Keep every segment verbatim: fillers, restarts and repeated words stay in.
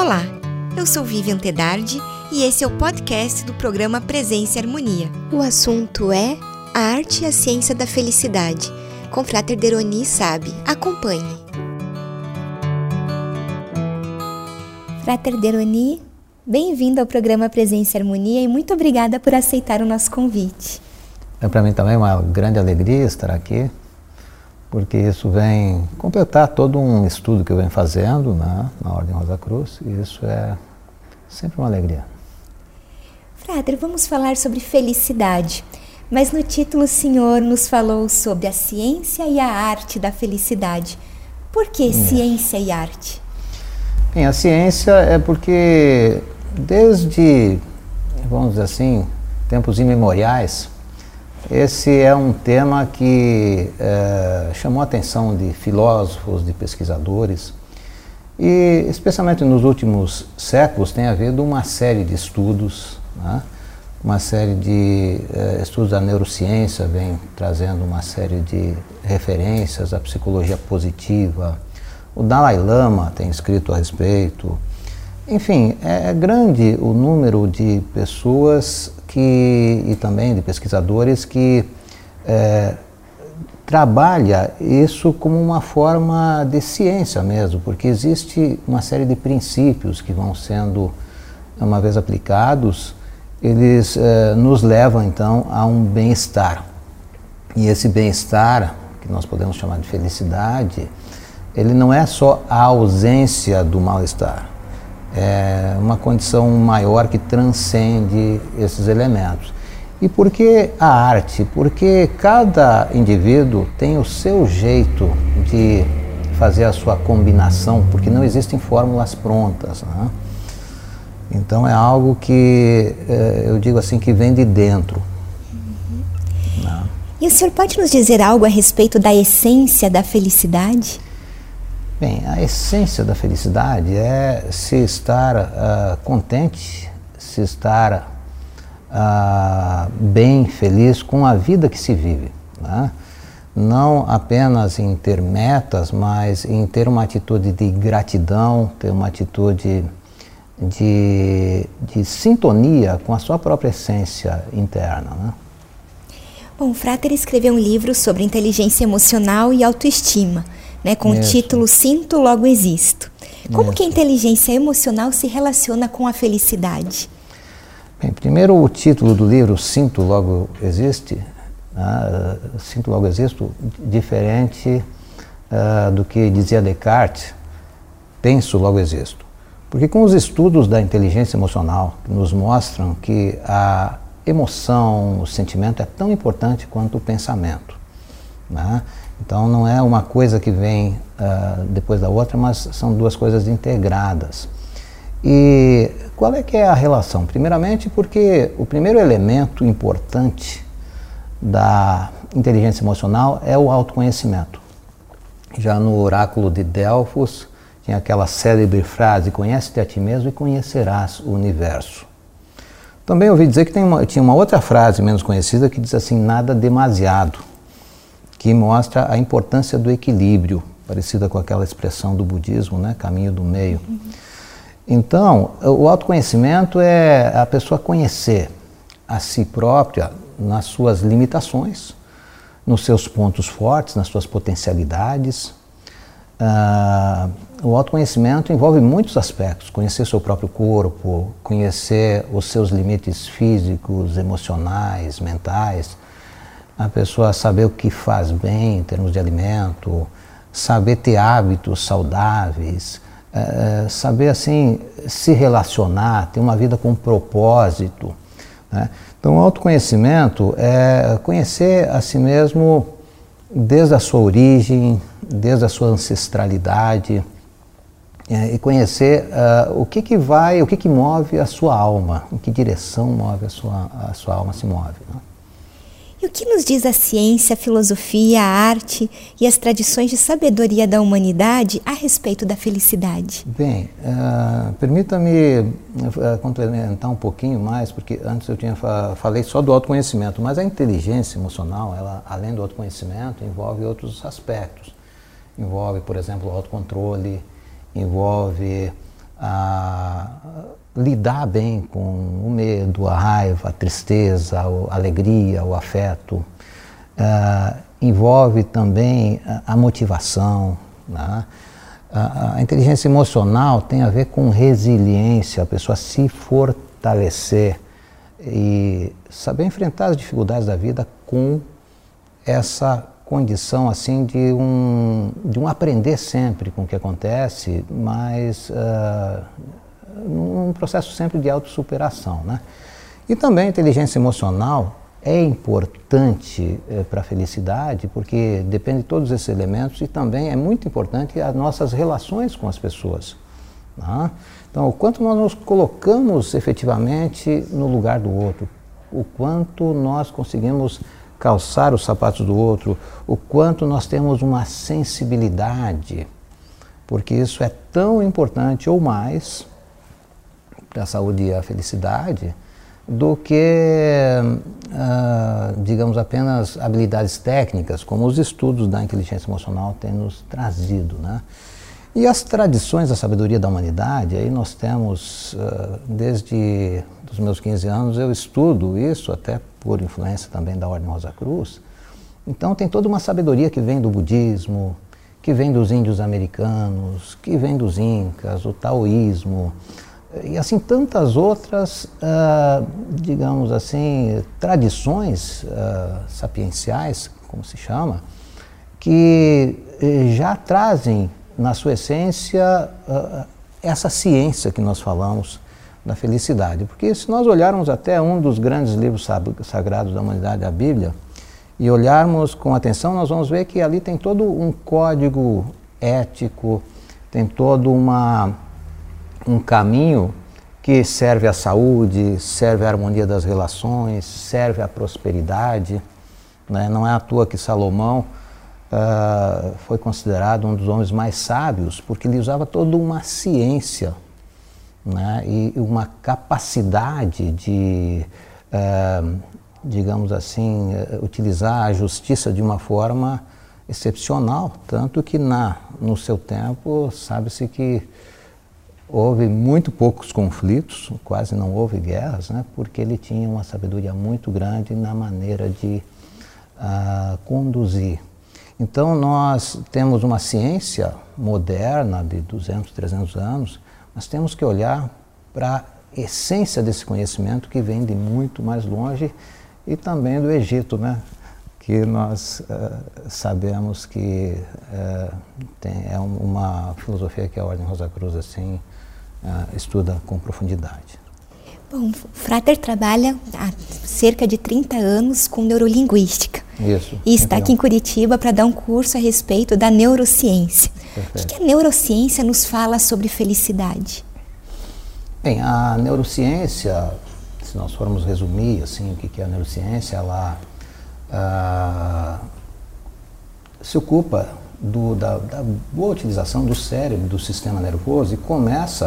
Olá, eu sou Vivian Tedardi e esse é o podcast do programa Presença e Harmonia. O assunto é a arte e a ciência da felicidade, com Frater Deroni Sabe. Acompanhe. Frater Deroni, bem-vindo ao programa Presença e Harmonia e muito obrigada por aceitar o nosso convite. É para mim também uma grande alegria estar aqui, porque isso vem completar todo um estudo que eu venho fazendo, né, na Ordem Rosa Cruz, e isso é sempre uma alegria. Frater, vamos falar sobre felicidade, mas no título o senhor nos falou sobre a ciência e a arte da felicidade. Por que é. ciência e arte? Bem, a ciência é porque desde, vamos dizer assim, tempos imemoriais, esse é um tema que é, chamou a atenção de filósofos, de pesquisadores, e especialmente nos últimos séculos tem havido uma série de estudos, né? Uma série de é, estudos da neurociência vem trazendo uma série de referências à psicologia positiva, o Dalai Lama tem escrito a respeito. Enfim, é, é grande o número de pessoas que, e também de pesquisadores que é, trabalha isso como uma forma de ciência mesmo, porque existe uma série de princípios que vão sendo, uma vez aplicados, eles é, nos levam então a um bem-estar. E esse bem-estar, que nós podemos chamar de felicidade, ele não é só a ausência do mal-estar. É uma condição maior que transcende esses elementos. E por que a arte? Porque cada indivíduo tem o seu jeito de fazer a sua combinação, porque não existem fórmulas prontas, né? Então é algo que, eu digo assim, que vem de dentro. Uhum. Né? E o senhor pode nos dizer algo a respeito da essência da felicidade? Bem, a essência da felicidade é se estar uh, contente, se estar uh, bem, feliz com a vida que se vive, né? Não apenas em ter metas, mas em ter uma atitude de gratidão, ter uma atitude de, de sintonia com a sua própria essência interna, né? Bom, o Frater escreveu um livro sobre inteligência emocional e autoestima, né, com Isso. o título Sinto, Logo Existo. Como Isso. que a inteligência emocional se relaciona com a felicidade? Bem, primeiro o título do livro, Sinto, Logo Existe, né, Sinto, Logo Existo, diferente uh, do que dizia Descartes, Penso, Logo Existo. Porque com os estudos da inteligência emocional, que nos mostram que a emoção, o sentimento é tão importante quanto o pensamento, né? Então não é uma coisa que vem uh, depois da outra, mas são duas coisas integradas. E qual é que é a relação? Primeiramente porque o primeiro elemento importante da inteligência emocional é o autoconhecimento. Já no oráculo de Delfos tinha aquela célebre frase: conhece-te a ti mesmo e conhecerás o universo. Também ouvi dizer que tem uma, tinha uma outra frase menos conhecida que diz assim: nada demasiado, que mostra a importância do equilíbrio, parecida com aquela expressão do budismo, né? Caminho do meio. Uhum. Então, o autoconhecimento é a pessoa conhecer a si própria nas suas limitações, nos seus pontos fortes, nas suas potencialidades. Uh, o autoconhecimento envolve muitos aspectos: conhecer seu próprio corpo, conhecer os seus limites físicos, emocionais, mentais, a pessoa saber o que faz bem em termos de alimento, saber ter hábitos saudáveis, é, saber assim se relacionar, ter uma vida com propósito, né? Então o autoconhecimento é conhecer a si mesmo desde a sua origem, desde a sua ancestralidade, é, e conhecer uh, o que que vai, o que que move a sua alma, em que direção move a sua, a sua alma se move, né? E o que nos diz a ciência, a filosofia, a arte e as tradições de sabedoria da humanidade a respeito da felicidade? Bem, uh, permita-me uh, complementar um pouquinho mais, porque antes eu tinha fa falei só do autoconhecimento, mas a inteligência emocional, ela, além do autoconhecimento, envolve outros aspectos. Envolve, por exemplo, o autocontrole, envolve a lidar bem com o medo, a raiva, a tristeza, a alegria, o afeto. Uh, envolve também a, a motivação, né? a, a inteligência emocional tem a ver com resiliência, a pessoa se fortalecer e saber enfrentar as dificuldades da vida com essa condição assim de um, de um aprender sempre com o que acontece, mas uh, num processo sempre de autossuperação, né? E também a inteligência emocional é importante eh, para a felicidade, porque depende de todos esses elementos, e também é muito importante as nossas relações com as pessoas, né? Então, o quanto nós nos colocamos efetivamente no lugar do outro, o quanto nós conseguimos calçar os sapatos do outro, o quanto nós temos uma sensibilidade, porque isso é tão importante ou mais para a saúde e a felicidade do que, uh, digamos, apenas habilidades técnicas, como os estudos da inteligência emocional têm nos trazido, né? E as tradições da sabedoria da humanidade, aí nós temos, uh, desde os meus quinze anos, eu estudo isso, até por influência também da Ordem Rosa Cruz. Então tem toda uma sabedoria que vem do budismo, que vem dos índios americanos, que vem dos incas, o taoísmo, e assim tantas outras, uh, digamos assim, tradições uh, sapienciais, como se chama, que eh, já trazem na sua essência uh, essa ciência que nós falamos da felicidade. Porque se nós olharmos até um dos grandes livros sagrados da humanidade, a Bíblia, e olharmos com atenção, nós vamos ver que ali tem todo um código ético, tem todo uma, um caminho que serve à saúde, serve à harmonia das relações, serve à prosperidade, né? Não é à toa que Salomão uh, foi considerado um dos homens mais sábios, porque ele usava toda uma ciência, né? E uma capacidade de, uh, digamos assim, uh, utilizar a justiça de uma forma excepcional, tanto que na, no seu tempo sabe-se que houve muito poucos conflitos, quase não houve guerras, né? Porque ele tinha uma sabedoria muito grande na maneira de uh, conduzir. Então nós temos uma ciência moderna de duzentos, trezentos anos, mas temos que olhar para a essência desse conhecimento que vem de muito mais longe e também do Egito, né? Que nós uh, sabemos que uh, tem, é uma filosofia que a Ordem Rosa Cruz assim, uh, estuda com profundidade. Bom, o Frater trabalha há cerca de trinta anos com neurolinguística. Isso. E está aqui em Curitiba para dar um curso a respeito da neurociência. Perfeito. O que a neurociência nos fala sobre felicidade? Bem, a neurociência, se nós formos resumir assim, o que é a neurociência, ela Uh, se ocupa do, da, da boa utilização do cérebro, do sistema nervoso, e começa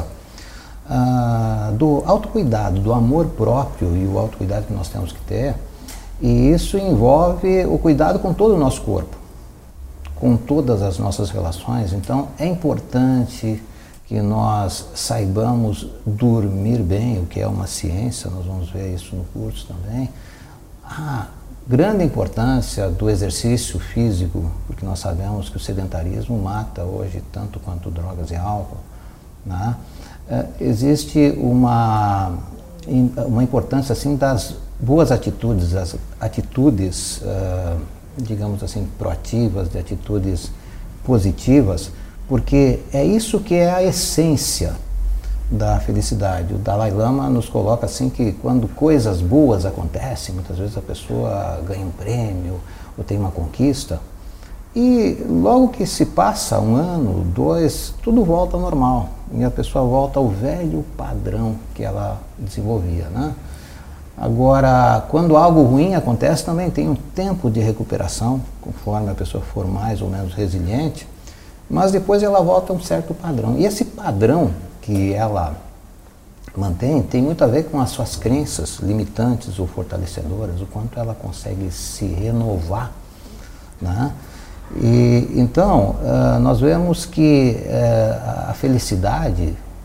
uh, do autocuidado, do amor próprio e o autocuidado que nós temos que ter, e isso envolve o cuidado com todo o nosso corpo, com todas as nossas relações. Então é importante que nós saibamos dormir bem, o que é uma ciência, nós vamos ver isso no curso também. Ah, grande importância do exercício físico, porque nós sabemos que o sedentarismo mata hoje tanto quanto drogas e álcool, né? É, existe uma, uma importância assim das boas atitudes, as atitudes, uh, digamos assim, proativas, de atitudes positivas, porque é isso que é a essência da felicidade. O Dalai Lama nos coloca assim que quando coisas boas acontecem, muitas vezes a pessoa ganha um prêmio ou tem uma conquista, e logo que se passa um ano, dois, tudo volta ao normal e a pessoa volta ao velho padrão que ela desenvolvia, né? Agora, quando algo ruim acontece, também tem um tempo de recuperação, conforme a pessoa for mais ou menos resiliente, mas depois ela volta a um certo padrão. E esse padrão que ela mantém tem muito a ver com as suas crenças limitantes ou fortalecedoras, o quanto ela consegue se renovar, né? E então uh, nós vemos que uh, a felicidade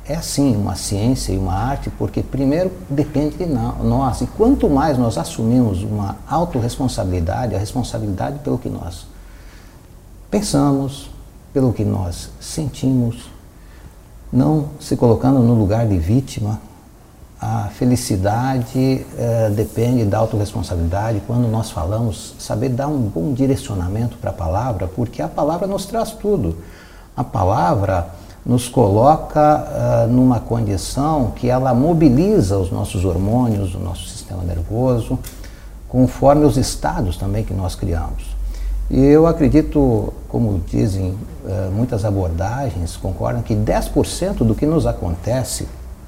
é sim uma ciência e uma arte, porque primeiro depende de nós, e quanto mais nós assumimos uma autorresponsabilidade, a responsabilidade pelo que nós pensamos, pelo que nós sentimos, não se colocando no lugar de vítima. A felicidade eh, depende da autorresponsabilidade. Quando nós falamos, saber dar um bom direcionamento para a palavra, porque a palavra nos traz tudo. A palavra nos coloca uh, numa condição que ela mobiliza os nossos hormônios, o nosso sistema nervoso, conforme os estados também que nós criamos. E eu acredito, como dizem uh, muitas abordagens, concordam que dez por cento do que nos acontece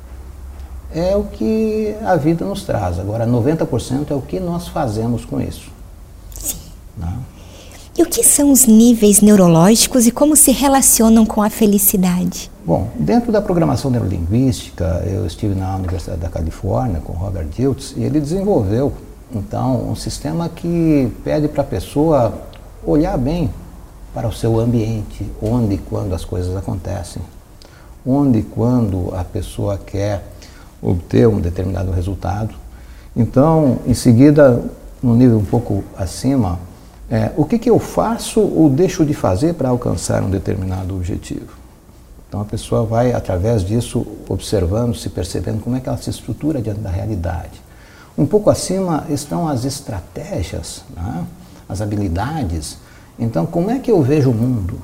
é o que a vida nos traz. Agora, noventa por cento é o que nós fazemos com isso. Sim. Não? E o que são os níveis neurológicos e como se relacionam com a felicidade? Bom, dentro da programação neurolinguística, eu estive na Universidade da Califórnia com Robert Dilts e ele desenvolveu, então, um sistema que pede para a pessoa olhar bem para o seu ambiente, onde e quando as coisas acontecem, onde e quando a pessoa quer obter um determinado resultado. Então, em seguida, no nível um pouco acima, É, o que, que eu faço ou deixo de fazer para alcançar um determinado objetivo? Então a pessoa vai, através disso, observando, se percebendo como é que ela se estrutura diante da realidade. Um pouco acima estão as estratégias, né? As habilidades. Então, como é que eu vejo o mundo?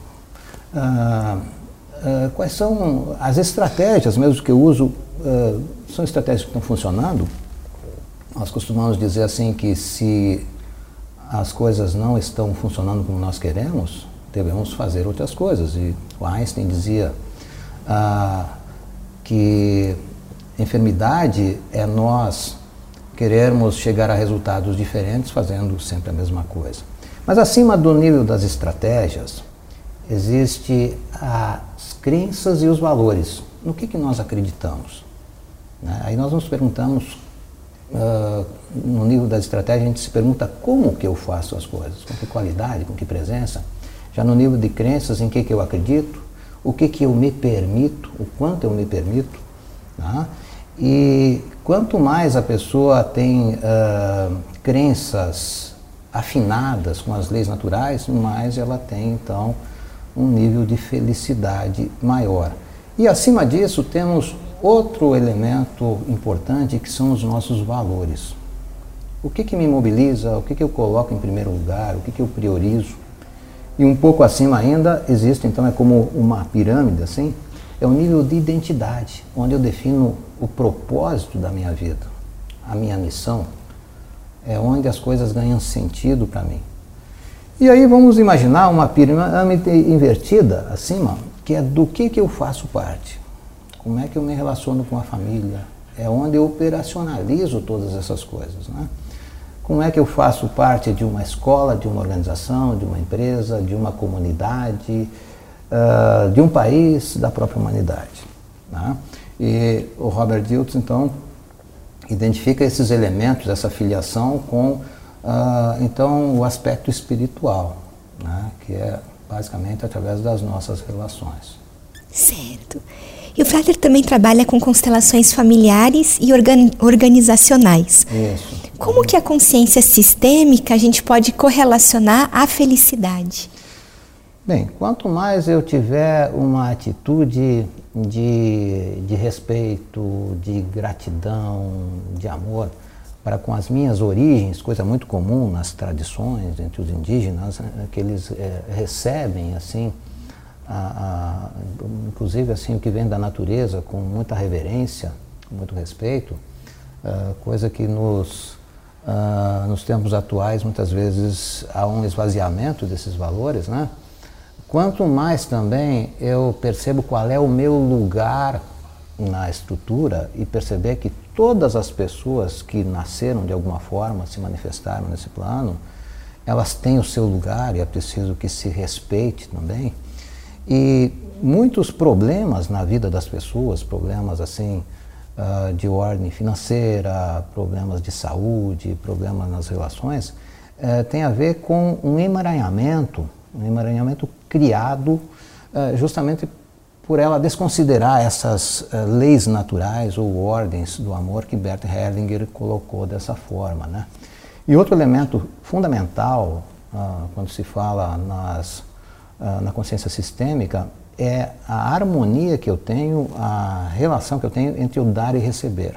Ah, ah, quais são as estratégias mesmo que eu uso? Ah, são estratégias que estão funcionando? Nós costumamos dizer assim que se as coisas não estão funcionando como nós queremos, devemos fazer outras coisas. E o Einstein dizia ah, que enfermidade é nós querermos chegar a resultados diferentes fazendo sempre a mesma coisa. Mas acima do nível das estratégias, existe as crenças e os valores. No que, que nós acreditamos? Né? Aí nós nos perguntamos, Uh, no nível da estratégia, a gente se pergunta como que eu faço as coisas, com que qualidade, com que presença. Já no nível de crenças, em que que eu acredito, o que que eu me permito, o quanto eu me permito. Tá? E quanto mais a pessoa tem uh, crenças afinadas com as leis naturais, mais ela tem, então, um nível de felicidade maior. E acima disso, temos outro elemento importante, que são os nossos valores. O que que me mobiliza, o que que eu coloco em primeiro lugar, o que que eu priorizo. E um pouco acima ainda existe, então, é como uma pirâmide, assim, é o nível de identidade, onde eu defino o propósito da minha vida, a minha missão, é onde as coisas ganham sentido para mim. E aí vamos imaginar uma pirâmide invertida acima, que é do que que eu faço parte. Como é que eu me relaciono com a família? É onde eu operacionalizo todas essas coisas, né? Como é que eu faço parte de uma escola, de uma organização, de uma empresa, de uma comunidade, uh, de um país, da própria humanidade, né? E o Robert Dilts, então, identifica esses elementos, essa filiação com, uh, então, o aspecto espiritual, né? Que é basicamente através das nossas relações. Certo. E o Frater também trabalha com constelações familiares e organ organizacionais. Isso. Como que a consciência sistêmica a gente pode correlacionar à felicidade? Bem, quanto mais eu tiver uma atitude de, de respeito, de gratidão, de amor para com as minhas origens, coisa muito comum nas tradições entre os indígenas, né, que eles é, recebem assim, A, a, inclusive assim, o que vem da natureza com muita reverência, com muito respeito, uh, coisa que nos, uh, nos tempos atuais muitas vezes há um esvaziamento desses valores, né? Quanto mais também eu percebo qual é o meu lugar na estrutura e perceber que todas as pessoas que nasceram de alguma forma, se manifestaram nesse plano, elas têm o seu lugar e é preciso que se respeite também. E muitos problemas na vida das pessoas, problemas assim uh, de ordem financeira, problemas de saúde, problemas nas relações, uh, tem a ver com um emaranhamento, um emaranhamento criado uh, justamente por ela desconsiderar essas uh, leis naturais ou ordens do amor que Bert Hellinger colocou dessa forma, né? E outro elemento fundamental uh, quando se fala nas, uh, na consciência sistêmica é a harmonia que eu tenho, a relação que eu tenho entre o dar e receber,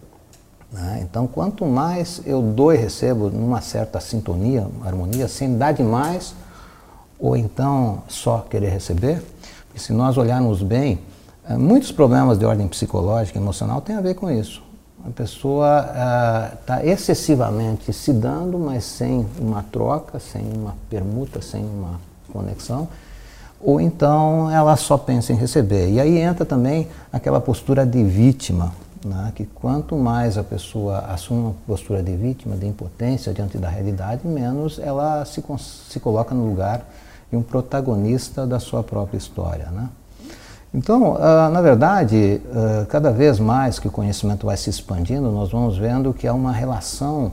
né? Então, quanto mais eu dou e recebo numa certa sintonia, harmonia, sem dar demais ou então só querer receber, porque se nós olharmos bem, muitos problemas de ordem psicológica e emocional têm a ver com isso. A pessoa está uh, excessivamente se dando, mas sem uma troca, sem uma permuta, sem uma conexão, ou então ela só pensa em receber. E aí entra também aquela postura de vítima, né? Que quanto mais a pessoa assume uma postura de vítima, de impotência diante da realidade, menos ela se, se coloca no lugar de um protagonista da sua própria história, né? Então, uh, na verdade, uh, cada vez mais que o conhecimento vai se expandindo, nós vamos vendo que há uma relação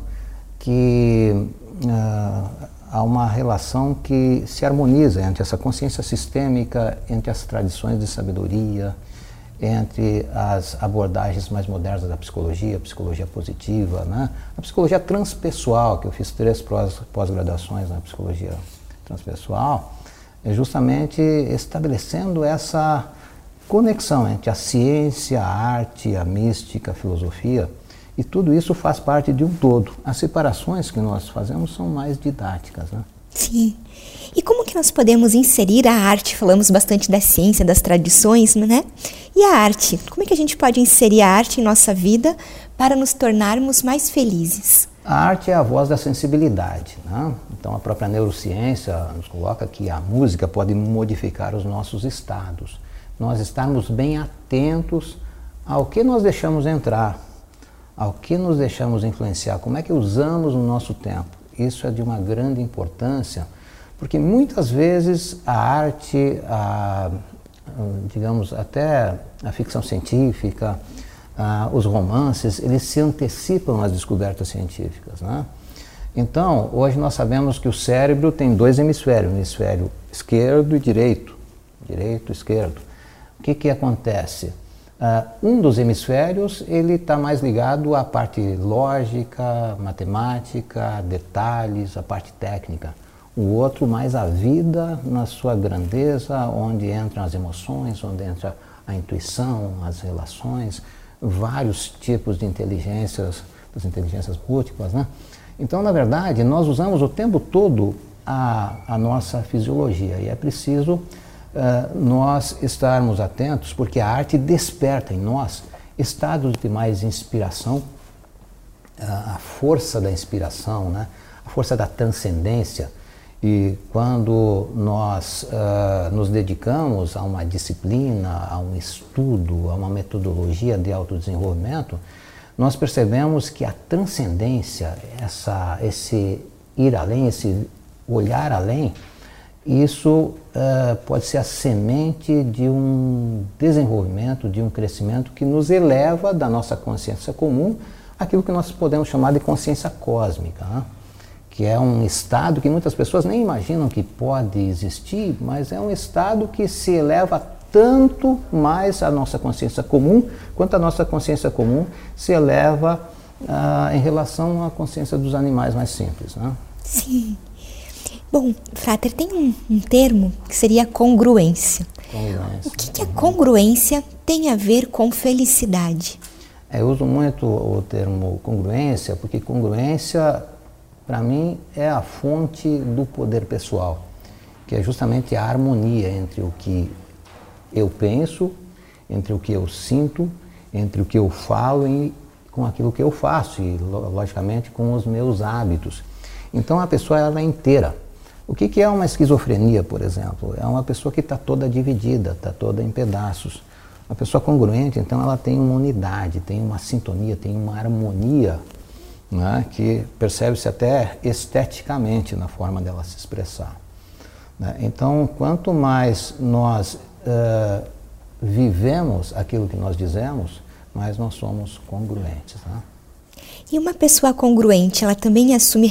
que uh, há uma relação que se harmoniza entre essa consciência sistêmica, entre as tradições de sabedoria, entre as abordagens mais modernas da psicologia, a psicologia positiva, né? A psicologia transpessoal, que eu fiz três pós-graduações na psicologia transpessoal, é justamente estabelecendo essa conexão entre a ciência, a arte, a mística, a filosofia, e tudo isso faz parte de um todo. As separações que nós fazemos são mais didáticas, né? Sim. E como que nós podemos inserir a arte? Falamos bastante da ciência, das tradições, né? E a arte? Como é que a gente pode inserir a arte em nossa vida para nos tornarmos mais felizes? A arte é a voz da sensibilidade, né? Então a própria neurociência nos coloca que a música pode modificar os nossos estados. Nós estarmos bem atentos ao que nós deixamos entrar, ao que nos deixamos influenciar, como é que usamos o nosso tempo. Isso é de uma grande importância, porque muitas vezes a arte, a, digamos, até a ficção científica, a, os romances, eles se antecipam às descobertas científicas, né? Então, hoje nós sabemos que o cérebro tem dois hemisférios, hemisfério esquerdo e direito, direito e esquerdo. O que que acontece? Uh, um dos hemisférios ele está mais ligado à parte lógica, matemática, detalhes, a parte técnica. O outro mais a vida na sua grandeza, onde entram as emoções, onde entra a intuição, as relações, vários tipos de inteligências, das inteligências múltiplas, né? Então, na verdade, nós usamos o tempo todo a, a nossa fisiologia e é preciso Uh, nós estarmos atentos, porque a arte desperta em nós estados de mais inspiração, uh, a força da inspiração, né? A força da transcendência. E quando nós uh, nos dedicamos a uma disciplina, a um estudo, a uma metodologia de autodesenvolvimento, nós percebemos que a transcendência, essa, esse ir além, esse olhar além, isso uh, pode ser a semente de um desenvolvimento, de um crescimento que nos eleva da nossa consciência comum àquilo que nós podemos chamar de consciência cósmica, né? Que é um estado que muitas pessoas nem imaginam que pode existir, mas é um estado que se eleva tanto mais à nossa consciência comum, quanto a nossa consciência comum se eleva uh, em relação à consciência dos animais mais simples, né? Sim. Bom, Frater, tem um, um termo que seria congruência. Congruência. O que, que a congruência tem a ver com felicidade? É, eu uso muito o termo congruência, porque congruência, para mim, é a fonte do poder pessoal, que é justamente a harmonia entre o que eu penso, entre o que eu sinto, entre o que eu falo e com aquilo que eu faço, e logicamente com os meus hábitos. Então a pessoa ela é inteira. O que, que é uma esquizofrenia, por exemplo? É uma pessoa que está toda dividida, está toda em pedaços. Uma pessoa congruente, então, ela tem uma unidade, tem uma sintonia, tem uma harmonia, né, que percebe-se até esteticamente na forma dela se expressar, né? Então, quanto mais nós uh, vivemos aquilo que nós dizemos, mais nós somos congruentes, né? E uma pessoa congruente, ela também assume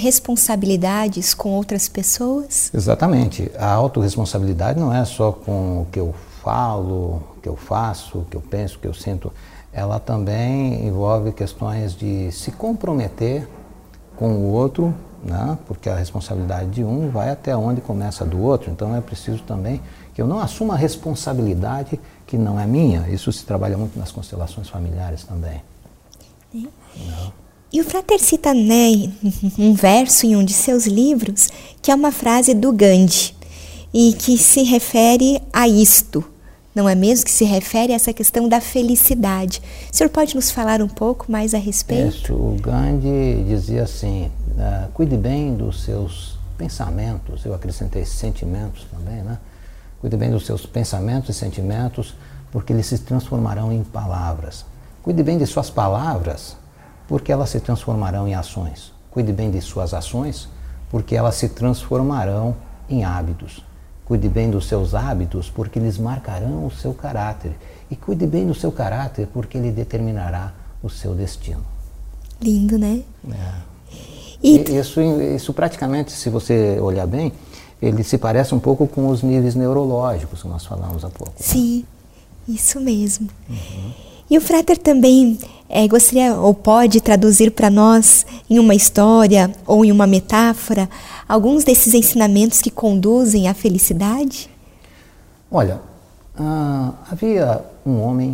responsabilidades com outras pessoas? Exatamente. A autorresponsabilidade não é só com o que eu falo, o que eu faço, o que eu penso, o que eu sinto, ela também envolve questões de se comprometer com o outro, né? Porque a responsabilidade de um vai até onde começa a do outro. Então é preciso também que eu não assuma a responsabilidade que não é minha. Isso se trabalha muito nas constelações familiares também. É. E o Frater cita, né, um verso em um de seus livros, que é uma frase do Gandhi, e que se refere a isto, não é mesmo? Que se refere a essa questão da felicidade. O senhor pode nos falar um pouco mais a respeito? Isso, o Gandhi dizia assim, uh, cuide bem dos seus pensamentos, eu acrescentei sentimentos também, né? Cuide bem dos seus pensamentos e sentimentos, porque eles se transformarão em palavras. Cuide bem de suas palavras, porque elas se transformarão em ações. Cuide bem de suas ações, porque elas se transformarão em hábitos. Cuide bem dos seus hábitos, porque eles marcarão o seu caráter. E cuide bem do seu caráter, porque ele determinará o seu destino. Lindo, né? É. E isso, isso praticamente, se você olhar bem, ele se parece um pouco com os níveis neurológicos que nós falamos há pouco. Sim, isso mesmo. Uhum. E o Frater também é, gostaria ou pode traduzir para nós, em uma história ou em uma metáfora, alguns desses ensinamentos que conduzem à felicidade? Olha, ah, havia um homem,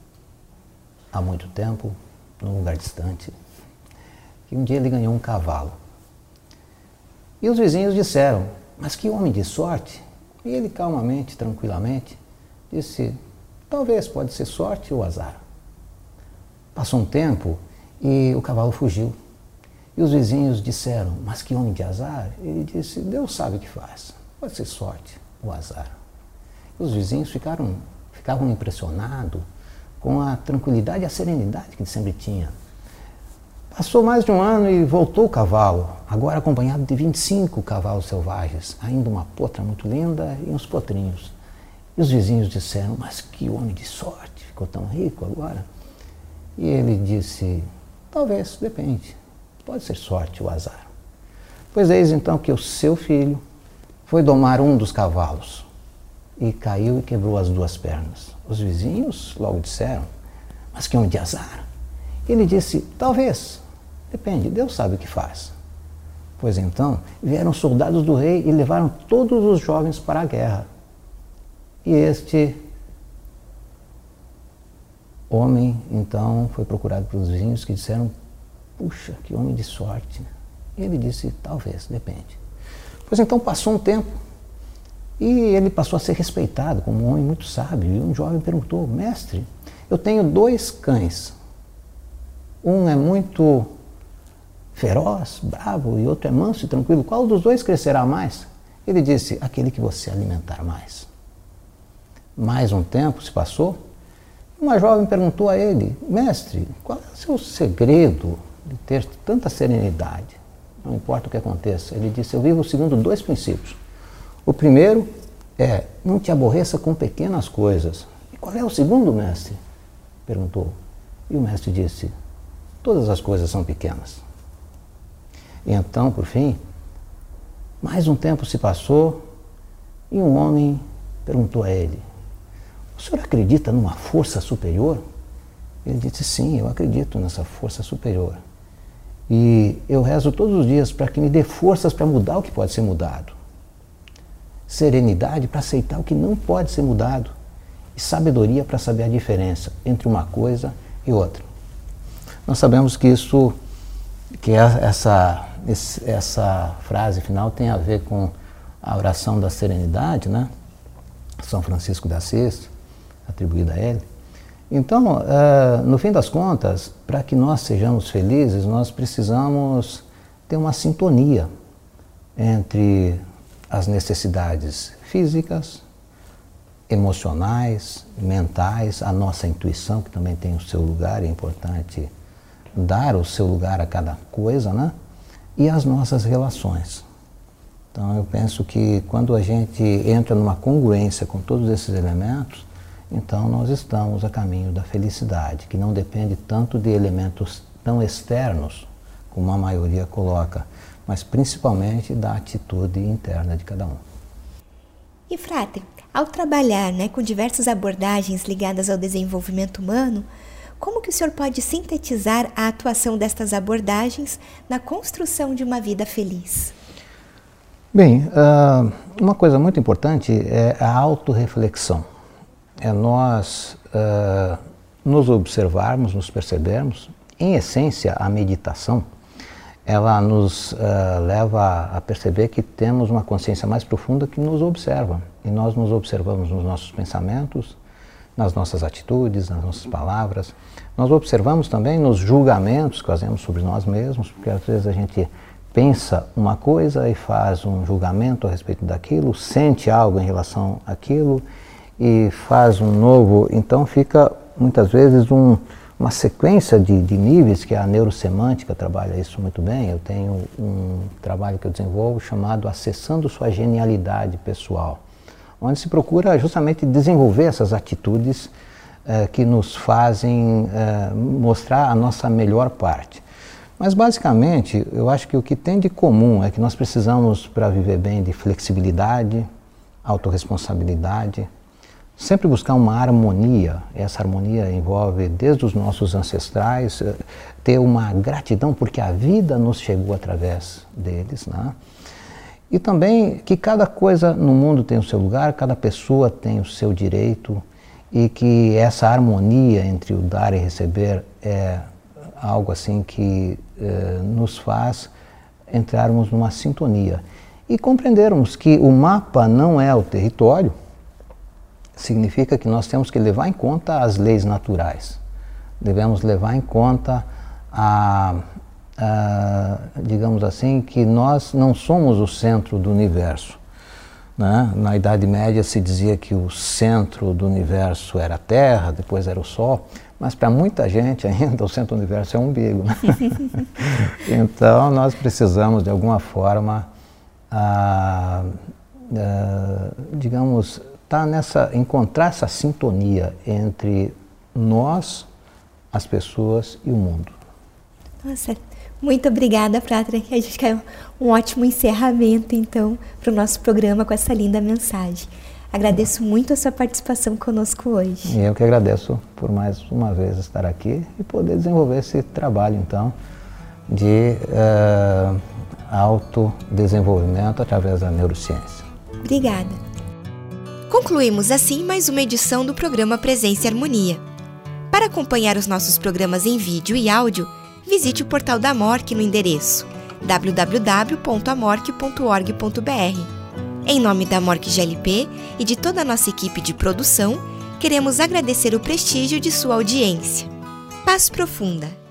há muito tempo, num lugar distante, que um dia ele ganhou um cavalo. E os vizinhos disseram, mas que homem de sorte. E ele calmamente, tranquilamente, disse, talvez pode ser sorte ou azar. Passou um tempo e o cavalo fugiu. E os vizinhos disseram, mas que homem de azar? Ele disse, Deus sabe o que faz, pode ser sorte ou azar. E os vizinhos ficaram, ficavam impressionados com a tranquilidade e a serenidade que ele sempre tinha. Passou mais de um ano e voltou o cavalo, agora acompanhado de vinte e cinco cavalos selvagens, ainda uma potra muito linda e uns potrinhos. E os vizinhos disseram, mas que homem de sorte, ficou tão rico agora. E ele disse, talvez, depende, pode ser sorte ou azar. Pois eis então que o seu filho foi domar um dos cavalos e caiu e quebrou as duas pernas. Os vizinhos logo disseram, mas que homem de azar. Ele disse, talvez, depende, Deus sabe o que faz. Pois então vieram soldados do rei e levaram todos os jovens para a guerra. E este homem, então, foi procurado pelos vizinhos que disseram, puxa, que homem de sorte. E ele disse, talvez, depende. Pois então passou um tempo e ele passou a ser respeitado como um homem muito sábio. E um jovem perguntou, mestre, eu tenho dois cães. Um é muito feroz, bravo, e outro é manso e tranquilo. Qual dos dois crescerá mais? Ele disse, aquele que você alimentar mais. Mais um tempo se passou. Uma jovem perguntou a ele, mestre, qual é o seu segredo de ter tanta serenidade? Não importa o que aconteça. Ele disse, eu vivo segundo dois princípios. O primeiro é, não te aborreça com pequenas coisas. E qual é o segundo, mestre? Perguntou. E o mestre disse, todas as coisas são pequenas. E então, por fim, mais um tempo se passou e um homem perguntou a ele, o senhor acredita numa força superior? Ele disse, sim, eu acredito nessa força superior. E eu rezo todos os dias para que me dê forças para mudar o que pode ser mudado. Serenidade para aceitar o que não pode ser mudado. E sabedoria para saber a diferença entre uma coisa e outra. Nós sabemos que isso, que essa, essa frase final tem a ver com a oração da serenidade, né? São Francisco de Assis, atribuída a ele. Então, uh, no fim das contas, para que nós sejamos felizes, nós precisamos ter uma sintonia entre as necessidades físicas, emocionais, mentais, a nossa intuição, que também tem o seu lugar, é importante dar o seu lugar a cada coisa, né? E as nossas relações. Então, eu penso que quando a gente entra numa congruência com todos esses elementos, então nós estamos a caminho da felicidade, que não depende tanto de elementos tão externos, como a maioria coloca, mas principalmente da atitude interna de cada um. E, Frater, Ao trabalhar, né, com diversas abordagens ligadas ao desenvolvimento humano, como que o senhor pode sintetizar a atuação destas abordagens na construção de uma vida feliz? Bem, uh, uma coisa muito importante é a autorreflexão. É nós uh, nos observarmos, nos percebermos. Em essência, a meditação, ela nos uh, leva a perceber que temos uma consciência mais profunda que nos observa. E nós nos observamos nos nossos pensamentos, nas nossas atitudes, nas nossas palavras. Nós observamos também nos julgamentos que fazemos sobre nós mesmos, porque às vezes a gente pensa uma coisa e faz um julgamento a respeito daquilo, sente algo em relação àquilo e faz um novo. Então fica muitas vezes um, uma sequência de, de níveis, que a neurosemântica trabalha isso muito bem. Eu tenho um trabalho que eu desenvolvo chamado Acessando Sua Genialidade Pessoal, onde se procura justamente desenvolver essas atitudes eh, que nos fazem eh, mostrar a nossa melhor parte. Mas basicamente, eu acho que o que tem de comum é que nós precisamos, para viver bem, de flexibilidade, autorresponsabilidade, sempre buscar uma harmonia. Essa harmonia envolve, desde os nossos ancestrais, ter uma gratidão porque a vida nos chegou através deles, né? E também que cada coisa no mundo tem o seu lugar, cada pessoa tem o seu direito, e que essa harmonia entre o dar e receber é algo assim que eh, nos faz entrarmos numa sintonia. E compreendermos que o mapa não é o território, significa que nós temos que levar em conta as leis naturais. Devemos levar em conta a, a digamos assim, que nós não somos o centro do universo, né? Na Idade Média se dizia que o centro do universo era a Terra, depois era o Sol, mas para muita gente ainda o centro do universo é o umbigo, né? Então nós precisamos de alguma forma, ah, ah, digamos, tá nessa, encontrar essa sintonia entre nós, as pessoas e o mundo. Nossa, muito obrigada, Frater. A gente quer um ótimo encerramento, então, para o nosso programa com essa linda mensagem. Agradeço muito a sua participação conosco hoje. E eu que agradeço por mais uma vez estar aqui e poder desenvolver esse trabalho, então, de uh, autodesenvolvimento através da neurociência. Obrigada. Concluímos assim mais uma edição do programa Presença e Harmonia. Para acompanhar os nossos programas em vídeo e áudio, visite o portal da Amorque no endereço w w w ponto amorque ponto org ponto b r. Em nome da Amorque G L P e de toda a nossa equipe de produção, queremos agradecer o prestígio de sua audiência. Paz profunda!